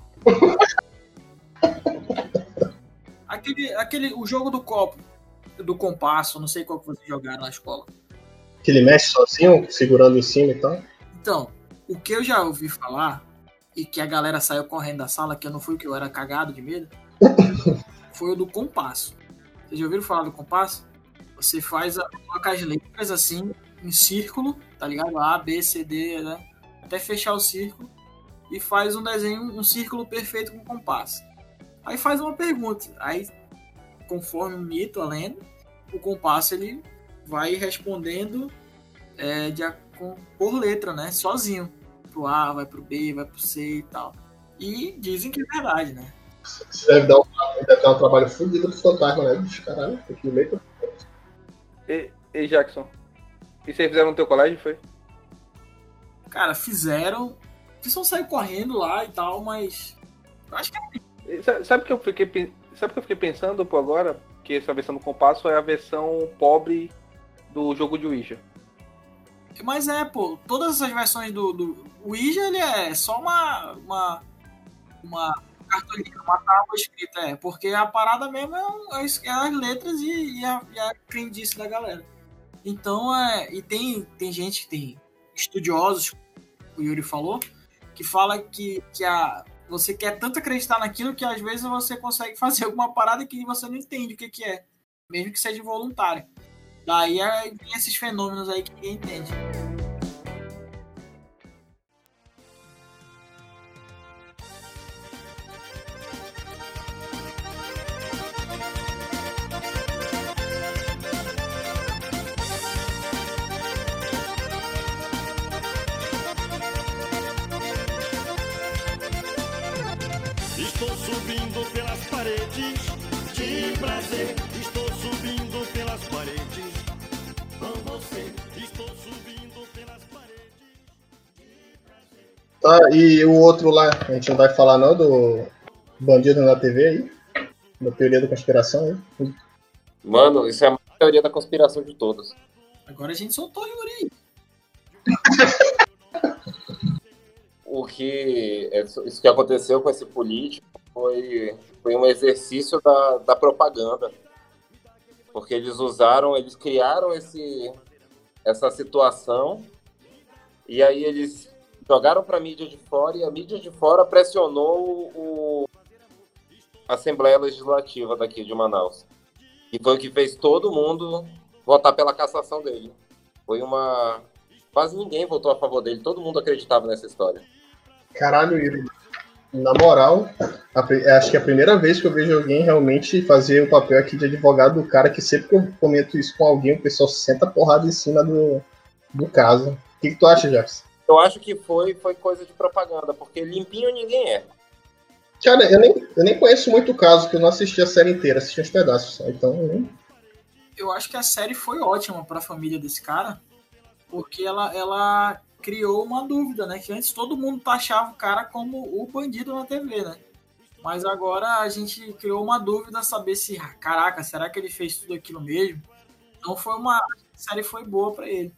Aquele, aquele, o jogo do copo, do compasso, não sei qual que vocês jogaram na escola. Que ele mexe sozinho, segurando em cima e tal. Então, o que eu já ouvi falar, e que a galera saiu correndo da sala, que eu não fui, que eu era cagado de medo, foi o do compasso. Vocês já ouviram falar do compasso? Você faz, a, coloca as letras assim, em círculo, tá ligado? A, B, C, D, né? Até fechar o círculo, e faz um desenho, um círculo perfeito com compasso. Aí faz uma pergunta, aí conforme o mito, a lenda, o compasso ele vai respondendo é, de, com, por letra, né? Sozinho. Pro A, vai pro B, vai pro C e tal. E dizem que é verdade, né? Isso deve dar um, deve dar um trabalho fodido pro fantasma, né? Bicho, caralho, tem que ler. E, e Jackson? E vocês fizeram no teu colégio, foi? Cara, fizeram. Eles só saiu correndo lá e tal, mas. Eu acho que é. Sabe, sabe que eu fiquei, sabe que eu fiquei pensando por agora? Que essa versão do compasso é a versão pobre do jogo de Ouija. Mas é, pô, todas essas versões do, do Ouija, ele é só uma uma, uma cartolina, uma tábua escrita, é, porque a parada mesmo é, um, é as letras e, e, a, e a crendice da galera. Então, é, e tem, tem gente, tem estudiosos, o Yuri falou, que fala que, que a, você quer tanto acreditar naquilo que às vezes você consegue fazer alguma parada que você não entende o que, que é, mesmo que seja voluntário. Daí é, tem esses fenômenos aí que ninguém entende. Estou subindo pelas paredes de prazer. Estou subindo pelas paredes com você. Estou subindo pelas paredes de prazer. Tá, e o outro lá, a gente não vai falar não do bandido na T V aí? Da teoria da conspiração aí? Mano, isso é a maior teoria da conspiração de todas. Agora a gente soltou o Yuri. O que, isso que aconteceu com esse político foi, foi um exercício da, da propaganda. Porque eles usaram, eles criaram esse, essa situação e aí eles jogaram para a mídia de fora e a mídia de fora pressionou o, a Assembleia Legislativa daqui de Manaus. E foi o que fez todo mundo votar pela cassação dele. Foi uma... Quase ninguém votou a favor dele, todo mundo acreditava nessa história. Caralho, Yuri. Na moral, a, acho que é a primeira vez que eu vejo alguém realmente fazer o papel aqui de advogado do cara, que sempre que eu comento isso com alguém, o pessoal senta porrada em cima do, do caso. O que, que tu acha, Jefferson? Eu acho que foi, foi coisa de propaganda, porque limpinho ninguém é. Cara, eu nem, eu nem conheço muito o caso, porque eu não assisti a série inteira, assisti uns pedaços só, então... Nem... Eu acho que a série foi ótima para a família desse cara, porque ela, ela criou uma dúvida, né? Que antes todo mundo taxava o cara como o bandido na T V, né? Mas agora a gente criou uma dúvida, saber se, caraca, será que ele fez tudo aquilo mesmo? Então foi uma... A série foi boa para ele.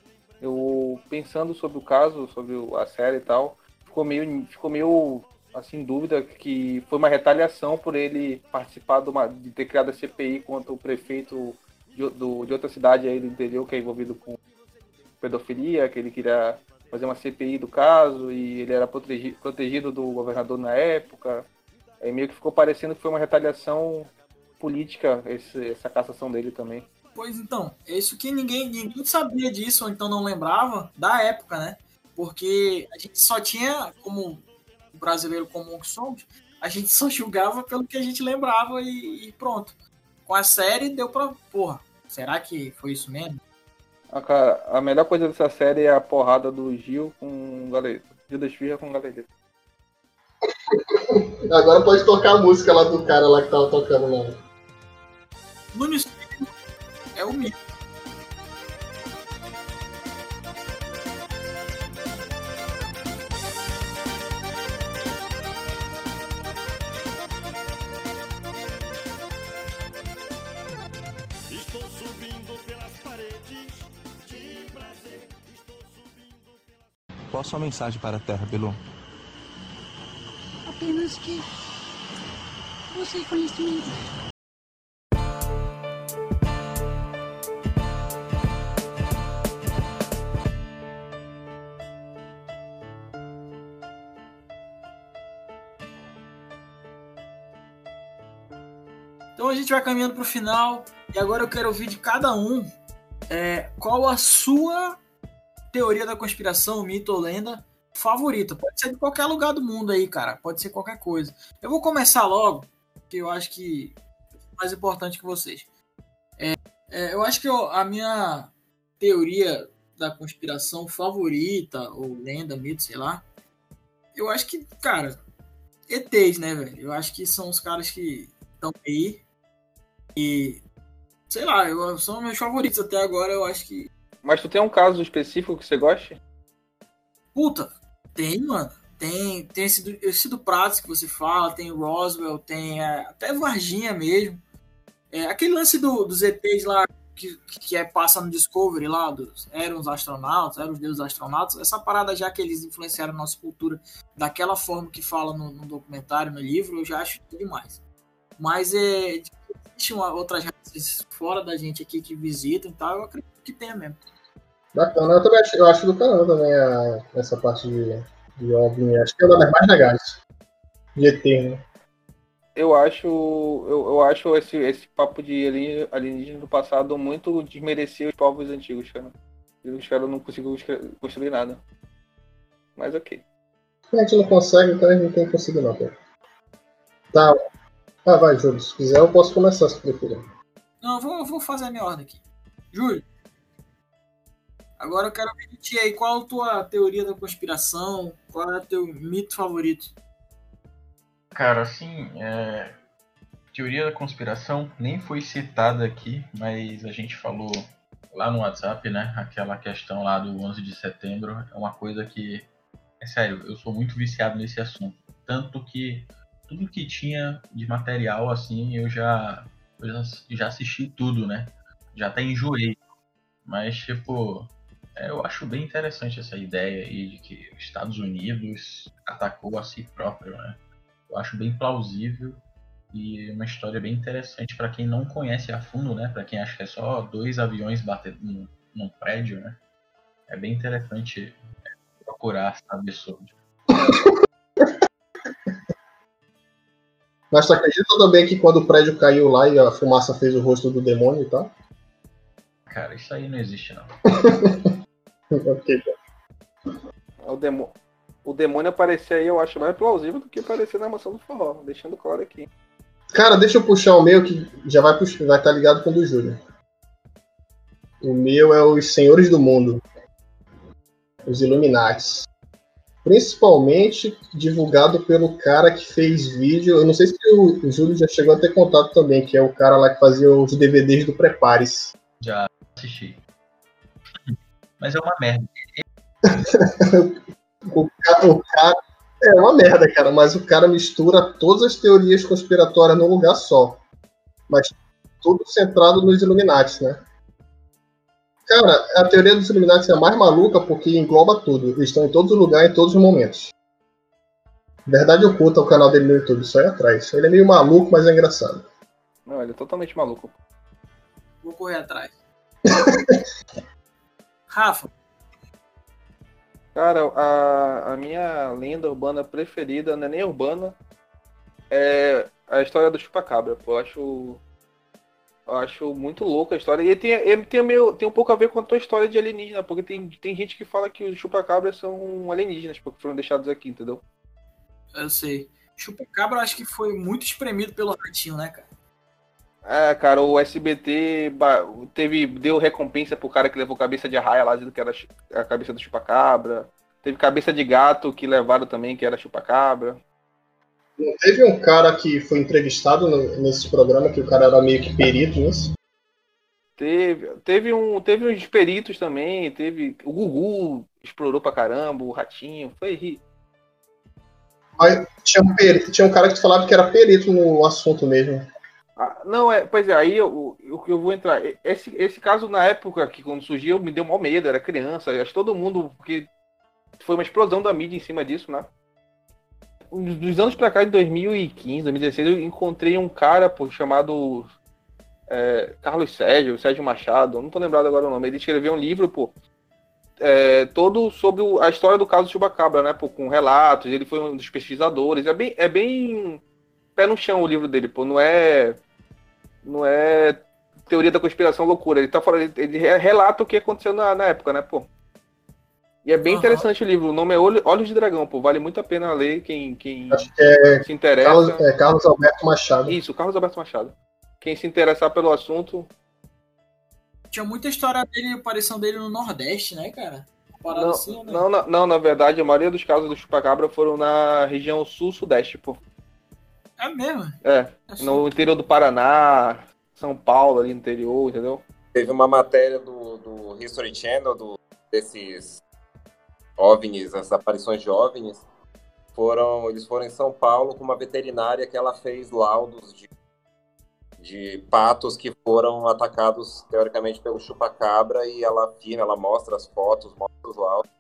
Eu, pensando sobre o caso, sobre a série e tal, ficou meio, ficou meio assim, dúvida que foi uma retaliação por ele participar de, uma, de ter criado a C P I contra o prefeito de, do, de outra cidade aí do interior que é envolvido com pedofilia, que ele queria fazer uma C P I do caso e ele era protegi, protegido do governador na época. Aí meio que ficou parecendo que foi uma retaliação política esse, essa cassação dele também. Pois então, é isso que ninguém, ninguém sabia disso, ou então não lembrava da época, né? Porque a gente só tinha, como brasileiro comum que somos, a gente só julgava pelo que a gente lembrava e, e pronto. Com a série deu pra... Porra, será que foi isso mesmo? Ah, cara, a melhor coisa dessa série é a porrada do Gil com Galeta. Gil da Esfirra com Galeta. Agora pode tocar a música lá do cara lá que tava tocando lá. Nunes é o mito. Estou subindo pelas paredes Qual a sua mensagem para a Terra, Belu? Apenas que busque conhecimento. Então a gente vai caminhando para o final e agora eu quero ouvir de cada um é, qual a sua teoria da conspiração, mito ou lenda favorita. Pode ser de qualquer lugar do mundo aí, cara. Pode ser qualquer coisa. Eu vou começar logo, que eu acho que é mais importante que vocês. É, é, eu acho que eu, a minha teoria da conspiração favorita, ou lenda, mito, sei lá, eu acho que, cara, E Tês, né, velho? Eu acho que são os caras que estão aí. E, sei lá, eu, são meus favoritos até agora, eu acho que... Mas tu tem um caso específico que você gosta? Puta, tem, mano. Tem, tem esse, do, esse do Pratos que você fala, tem Roswell, tem é, até Varginha mesmo. É, aquele lance do, dos E Tês lá, que, que é, passa no Discovery lá, dos, eram os astronautas, eram os deuses astronautas. Essa parada já que eles influenciaram a nossa cultura daquela forma que fala no, no documentário, no livro, eu já acho demais. Mas é, existe uma, outras raças fora da gente aqui que visitam e tal, eu acredito que tenha mesmo. Bacana, eu também acho, eu acho do caramba também a, essa parte de, de OVNI, acho que é uma das mais legais de E T, né? Eu acho, eu, eu acho esse, esse papo de alienígena do passado muito desmerecer os povos antigos, cara. Os caras não conseguiram construir nada. Mas ok. Se a gente não consegue, então a gente não tem que conseguir não, cara. Tá. Ah, vai, Júlio. Se quiser, eu posso começar, se preferir. Não, eu vou, eu vou fazer a minha ordem aqui. Júlio, agora eu quero pedir aí, qual a tua teoria da conspiração? Qual é o teu mito favorito? Cara, assim, é... teoria da conspiração nem foi citada aqui, mas a gente falou lá no WhatsApp, né? Aquela questão lá do onze de setembro é uma coisa que, é sério, eu sou muito viciado nesse assunto. Tanto que tudo que tinha de material, assim, eu já, eu já, já assisti tudo, né? Já até enjoei. Mas, tipo, é, eu acho bem interessante essa ideia aí de que os Estados Unidos atacou a si próprio, né? Eu acho bem plausível e uma história bem interessante para quem não conhece a fundo, né? Para quem acha que é só dois aviões batendo num, num prédio, né? É bem interessante procurar saber sobre. Mas tu acredita também que quando o prédio caiu lá e a fumaça fez o rosto do demônio e tal? Cara, isso aí não existe, não. Ok. O, demo... o demônio aparecer aí eu acho mais plausível do que aparecer na Mansão do Forró, deixando claro aqui. Cara, deixa eu puxar o meu que já vai estar vai tá ligado com o do Júlio. O meu é os Senhores do Mundo. Os Illuminati. Principalmente divulgado pelo cara que fez vídeo. Eu não sei se o Júlio já chegou a ter contato também, que é o cara lá que fazia os D V Ds do Prepares. Já assisti. Mas é uma merda. o, cara, o cara. É uma merda, cara, mas o cara mistura todas as teorias conspiratórias num lugar só. Mas tudo centrado nos Illuminati, né? Cara, a teoria dos Illuminati é a mais maluca porque engloba tudo. Eles estão em todos os lugares, em todos os momentos. Verdade Oculta, o canal dele no YouTube, só aí atrás. Ele é meio maluco, mas é engraçado. Não, ele é totalmente maluco. Vou correr atrás. Rafa. Cara, a, a minha lenda urbana preferida, não é nem urbana, é a história do Chupacabra. Pô, eu acho... Eu acho muito louca a história. E tem, ele tem, meio, tem um pouco a ver com a tua história de alienígena, porque tem, tem gente que fala que os chupacabras são alienígenas, porque foram deixados aqui, entendeu? Eu sei. Chupacabra eu acho que foi muito espremido pelo ratinho, né, cara? É, cara, o S B T teve, deu recompensa pro cara que levou cabeça de arraia lá, dizendo que era a cabeça do chupacabra. Teve cabeça de gato que levaram também, que era chupacabra. Não teve um cara que foi entrevistado no, nesse programa, que o cara era meio que perito nisso? Teve, teve, um, teve uns peritos também, teve. O Gugu explorou pra caramba, o Ratinho, foi rir. Mas tinha um, perito, tinha um cara que falava que era perito no assunto mesmo. Ah, não, é, pois é, aí eu, eu, eu vou entrar. Esse, esse caso, na época que quando surgiu, me deu maior medo, era criança, acho que todo mundo, porque foi uma explosão da mídia em cima disso, né? Dos anos pra cá, de dois mil e quinze, dois mil e dezesseis, eu encontrei um cara, pô, chamado é, Carlos Sérgio, Sérgio Machado, não tô lembrado agora o nome. Ele escreveu um livro, pô, é, todo sobre o, a história do caso Chupacabra, né, pô, com relatos. Ele foi um dos pesquisadores. É bem, é bem pé no chão o livro dele, pô, não é não é teoria da conspiração loucura. Ele tá falando, ele relata o que aconteceu na, na época, né, pô. E é bem uhum. interessante o livro. O nome é Olhos de Dragão, pô. Vale muito a pena ler quem, quem Acho que é se interessa. Carlos, é Carlos Alberto Machado. Isso, Carlos Alberto Machado. Quem se interessar pelo assunto. Tinha muita história dele, aparição dele no Nordeste, né, cara? Não, assim, né? não, não, não, na verdade, a maioria dos casos do chupacabra foram na região sul-sudeste, pô. É mesmo? É, é no interior do Paraná, São Paulo, ali no interior, entendeu? Teve uma matéria do, do History Channel, do, desses OVNIs, as aparições de OVNIs, foram, eles foram em São Paulo com uma veterinária que ela fez laudos de, de patos que foram atacados, teoricamente, pelo chupacabra, e ela afirma, ela mostra as fotos, mostra os laudos.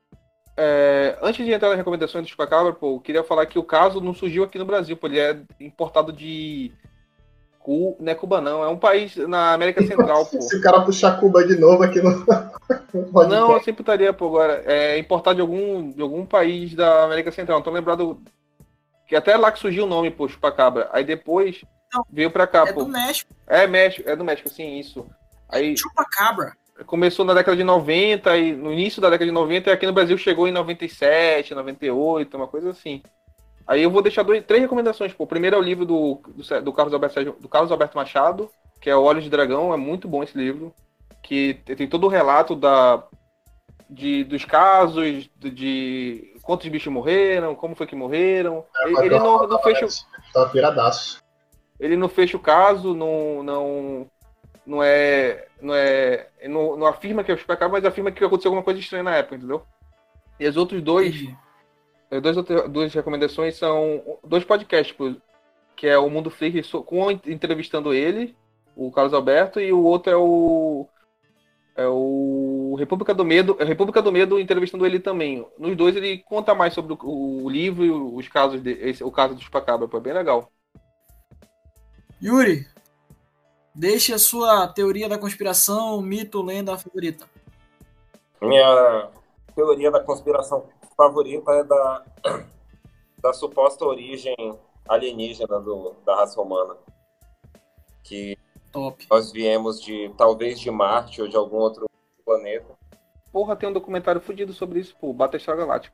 É, antes de entrar nas recomendações do chupacabra, pô, eu queria falar que o caso não surgiu aqui no Brasil, pô, ele é importado de... Cu, não é Cuba não, é um país na América Central, pô. Se o cara puxar Cuba de novo aqui no... Não, eu sempre estaria, pô, agora. É importado de algum, de algum país da América Central. Não tô lembrado que até lá que surgiu o nome, pô, chupacabra. Aí depois não, veio pra cá, é pô. É do México. É México, é do México, sim, isso. Aí chupacabra. Começou na década de noventa, e no início da década de noventa, e aqui no Brasil chegou em noventa e sete, noventa e oito, uma coisa assim. Aí eu vou deixar dois, três recomendações, pô. O primeiro é o livro do, do, do, Carlos Alberto, do Carlos Alberto Machado, que é o Olhos de Dragão. É muito bom esse livro, que tem todo o relato da, de, dos casos, de, de quantos bichos morreram, como foi que morreram. É, ele ele não, não fecha tá viradaço. Ele não fecha o caso, não, não, não é, não é, não, não afirma que é o chupacabra, mas afirma que aconteceu alguma coisa estranha na época, entendeu? E os outros dois... Entendi. Dois, duas recomendações são dois podcasts, que é o Mundo Freak, com entrevistando ele, o Carlos Alberto, e o outro é o é o República do Medo, é República do Medo entrevistando ele também. Nos dois ele conta mais sobre o, o livro e os casos de, esse, o caso do chupacabra, é bem legal. Yuri, deixe a sua teoria da conspiração, mito, lenda favorita. Minha teoria da conspiração favorita é da, da suposta origem alienígena do, da raça humana. Que Top. Nós viemos de, talvez, de Marte ou de algum outro planeta. Porra, tem um documentário fudido sobre isso, pô, Battlestar Galáctica.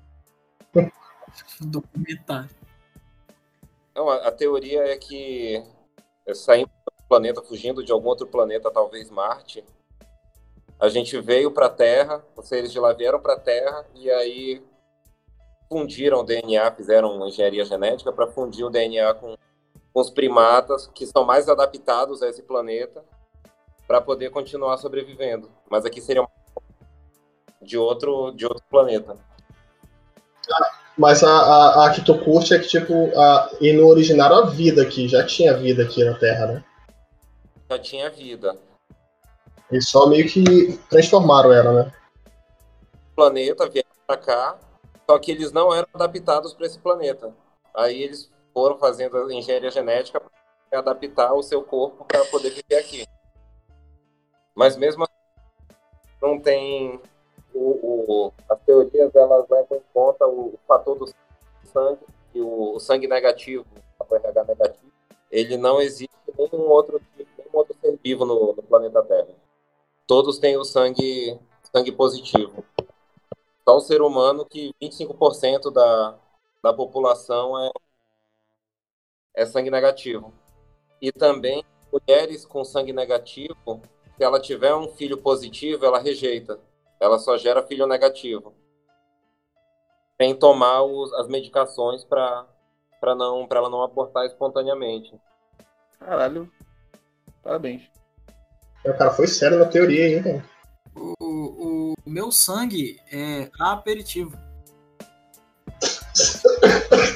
Documentário. Não, a, a teoria é que saindo do planeta, fugindo de algum outro planeta, talvez Marte, a gente veio para a Terra, os seres de lá vieram para a Terra e aí fundiram o D N A, fizeram engenharia genética para fundir o D N A com, com os primatas que são mais adaptados a esse planeta para poder continuar sobrevivendo. Mas aqui seria de outro, de outro planeta. Mas a, a, a que tu curte é que, tipo, a, e não originaram a vida aqui, já tinha vida aqui na Terra, né? Já tinha vida. Eles só meio que transformaram ela, né? O planeta vieram pra cá, só que eles não eram adaptados para esse planeta. Aí eles foram fazendo a engenharia genética para adaptar o seu corpo para poder viver aqui. Mas mesmo assim, não tem... O, o, as teorias elas levam em conta o fator do sangue, e o, o sangue negativo, o R H negativo, ele não existe em nenhum outro, nenhum outro ser vivo no, no planeta Terra. Todos têm o sangue, sangue positivo. Só o ser humano que vinte e cinco por cento da, da população é, é sangue negativo. E também mulheres com sangue negativo, se ela tiver um filho positivo, ela rejeita. Ela só gera filho negativo. Tem que tomar os, as medicações para não, para ela não abortar espontaneamente. Caralho. Parabéns. O cara foi sério na teoria, hein, cara? O, o meu sangue é aperitivo.